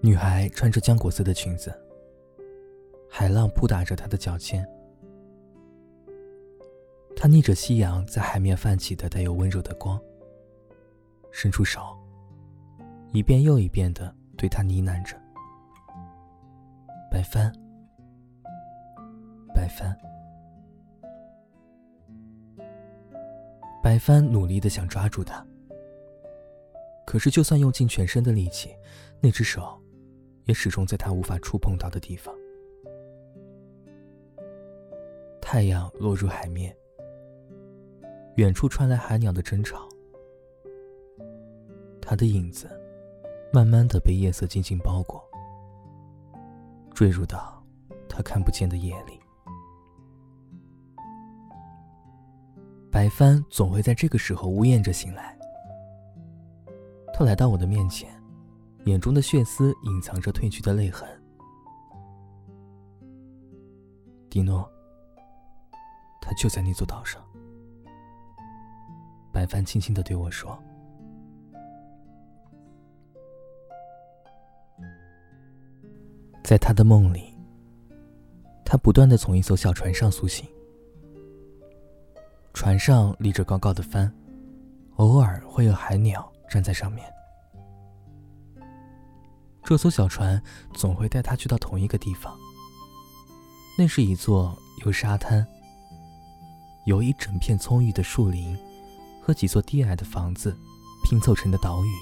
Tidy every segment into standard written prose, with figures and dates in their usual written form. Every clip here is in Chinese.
女孩穿着浆果色的裙子，海浪扑打着她的脚尖。她逆着夕阳在海面泛起的带有温柔的光，伸出手，一遍又一遍地对她呢喃着：白帆，白帆。白帆努力地想抓住她，可是就算用尽全身的力气，那只手也始终在她无法触碰到的地方。太阳落入海面，远处传来海鸟的争吵，她的影子慢慢地被夜色紧紧包裹，坠入到她看不见的夜里。白帆总会在这个时候呜咽着醒来，他来到我的面前，眼中的血丝隐藏着褪去的泪痕。迪诺，他就在那座岛上。白帆轻轻地对我说。在他的梦里，他不断地从一艘小船上苏醒，船上立着高高的帆，偶尔会有海鸟站在上面。这艘小船总会带他去到同一个地方，那是一座由沙滩、由一整片葱郁的树林和几座低矮的房子拼凑成的岛屿。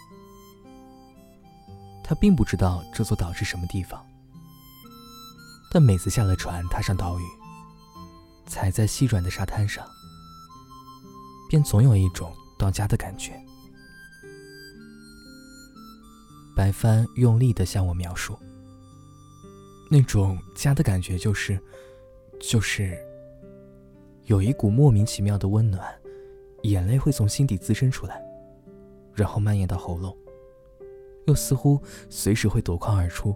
他并不知道这座岛是什么地方，但每次下了船踏上岛屿，踩在细软的沙滩上，便总有一种到家的感觉。白帆用力地向我描述，那种家的感觉就是有一股莫名其妙的温暖，眼泪会从心底滋生出来，然后蔓延到喉咙，又似乎随时会夺眶而出。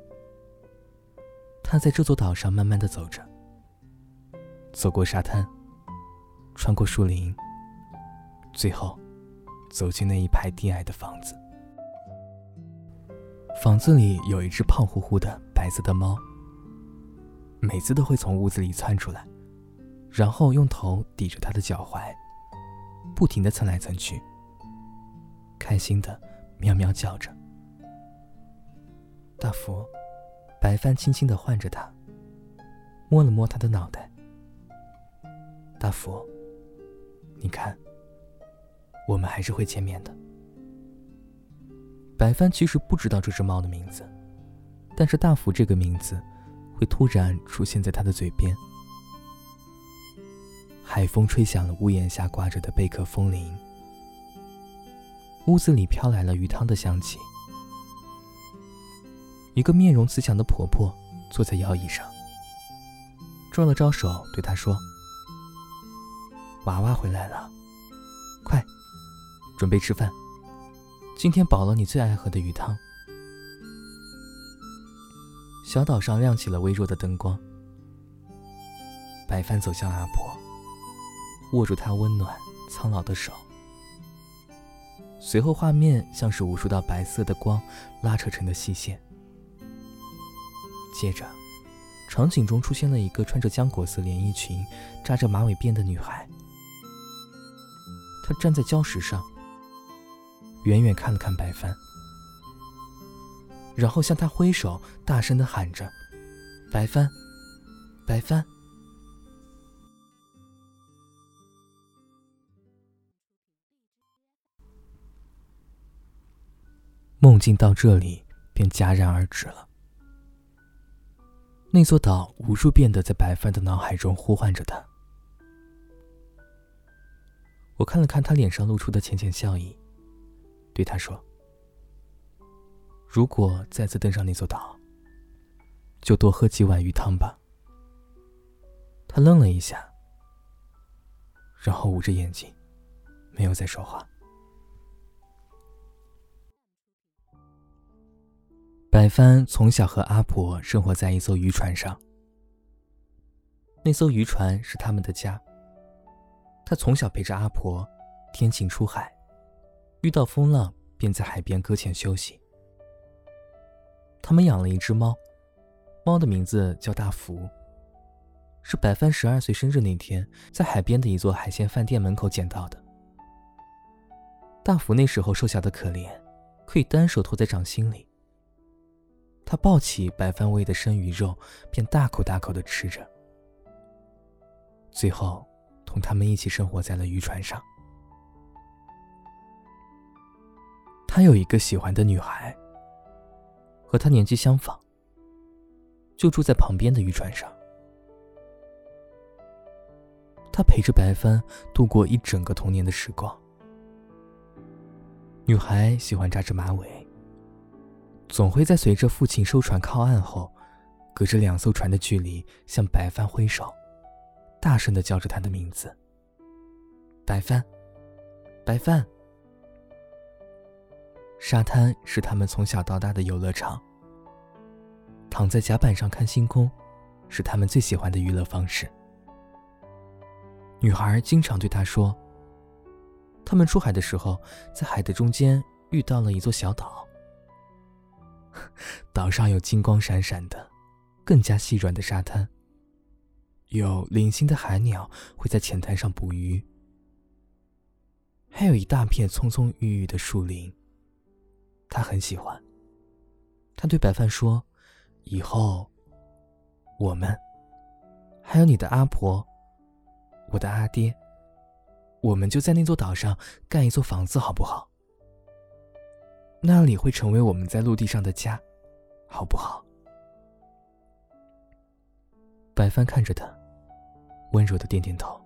他在这座岛上慢慢地走着，走过沙滩，穿过树林，最后走进那一排低矮的房子。房子里有一只胖乎乎的白色的猫，每次都会从屋子里窜出来，然后用头抵着他的脚踝，不停地蹭来蹭去，开心地喵喵叫着。大福，白帆轻轻地唤着他，摸了摸他的脑袋。大福，你看，我们还是会见面的。白帆其实不知道这只猫的名字，但是大福这个名字会突然出现在他的嘴边。海风吹响了屋檐下挂着的贝壳风铃，屋子里飘来了鱼汤的香气。一个面容慈祥的婆婆坐在摇椅上，招了招手对她说：娃娃回来了，快准备吃饭，今天煲了你最爱喝的鱼汤。小岛上亮起了微弱的灯光，白帆走向阿婆，握住她温暖苍老的手，随后画面像是无数道白色的光拉扯成的细线。接着场景中出现了一个穿着浆果色连衣裙、扎着马尾辫的女孩，她站在礁石上，远远看了看白帆，然后向他挥手，大声地喊着：白帆，白帆。梦境到这里便戛然而止了。那座岛无数遍地在白帆的脑海中呼唤着他。我看了看他脸上露出的浅浅笑意，对他说：如果再次登上那座岛，就多喝几碗鱼汤吧。他愣了一下，然后捂着眼睛，没有再说话。白帆从小和阿婆生活在一艘渔船上，那艘渔船是他们的家。他从小陪着阿婆天晴出海，遇到风浪便在海边搁浅休息。 他们养了一只猫，猫的名字叫大福，是白帆12岁生日那天在海边的一座海鲜饭店门口捡到的。大福那时候瘦小的可怜，可以单手托在掌心里。他抱起白帆喂的生鱼肉，便大口大口地吃着，最后同他们一起生活在了渔船上。他有一个喜欢的女孩，和他年纪相仿，就住在旁边的渔船上。他陪着白帆度过一整个童年的时光。女孩喜欢扎着马尾，总会在随着父亲收船靠岸后，隔着2艘船的距离向白帆挥手，大声地叫着他的名字：白帆，白帆。沙滩是他们从小到大的游乐场，躺在甲板上看星空是他们最喜欢的娱乐方式。女孩经常对他说，他们出海的时候在海的中间遇到了一座小岛，岛上有金光闪闪的更加细软的沙滩，有零星的海鸟会在浅滩上捕鱼，还有一大片葱葱郁郁的树林。他很喜欢。他对白帆说，以后我们还有你的阿婆，我的阿爹，我们就在那座岛上盖一座房子好不好？那里会成为我们在陆地上的家，好不好？白帆看着他，温柔地点点头。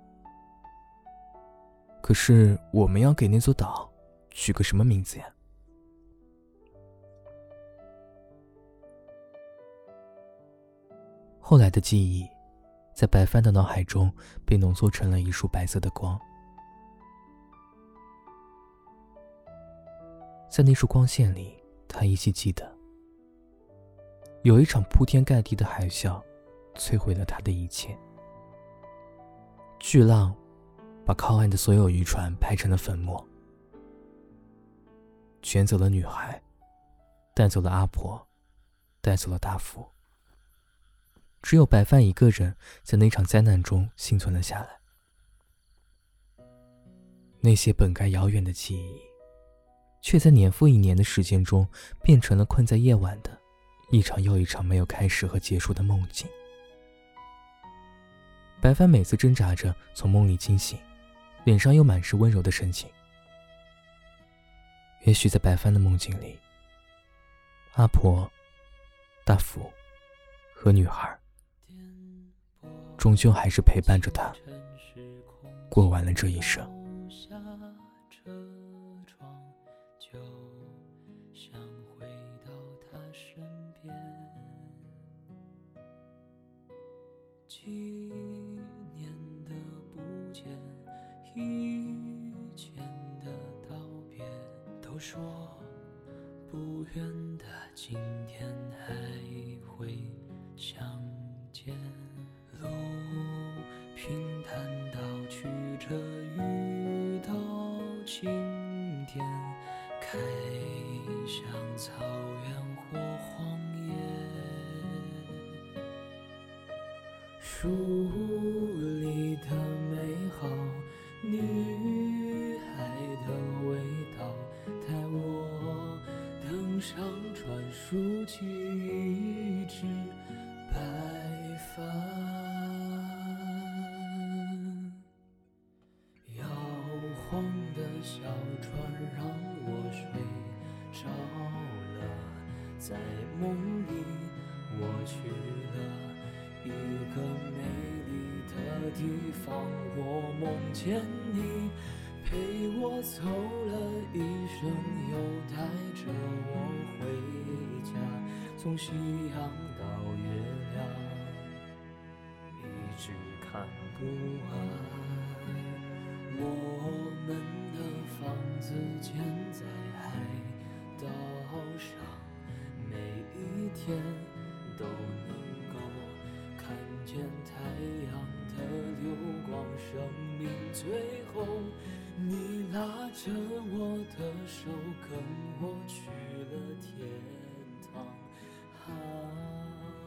可是我们要给那座岛取个什么名字呀？后来的记忆在白帆的脑海中被浓缩成了一束白色的光。在那束光线里，他依稀记得，有一场铺天盖地的海啸摧毁了他的一切。巨浪把靠岸的所有渔船拍成了粉末，卷走了女孩，带走了阿婆，带走了大福。只有白帆一个人在那场灾难中幸存了下来。那些本该遥远的记忆，却在年复一年的时间中变成了困在夜晚的一场又一场没有开始和结束的梦境。白帆每次挣扎着从梦里惊醒，脸上又满是温柔的神情。也许在白帆的梦境里，阿婆、大福和女孩终究还是陪伴着他过完了这一生。 几年的不见，以前的道别，都说不远的今天还会相见。路平坦到曲折，遇到晴天，开向草原或荒野。书里的美好，女孩的味道，带我登上传输机，一直白发。摇晃的小船让我睡着了，在梦里我去了一个美丽的地方，我梦见你陪我走了一生，又带着我回家，从夕阳到月亮，一直看不完。我们的房子建在海岛上，每一天都能够看见太阳的流光，生命最后你拉着我的手，跟我去了天堂， 他。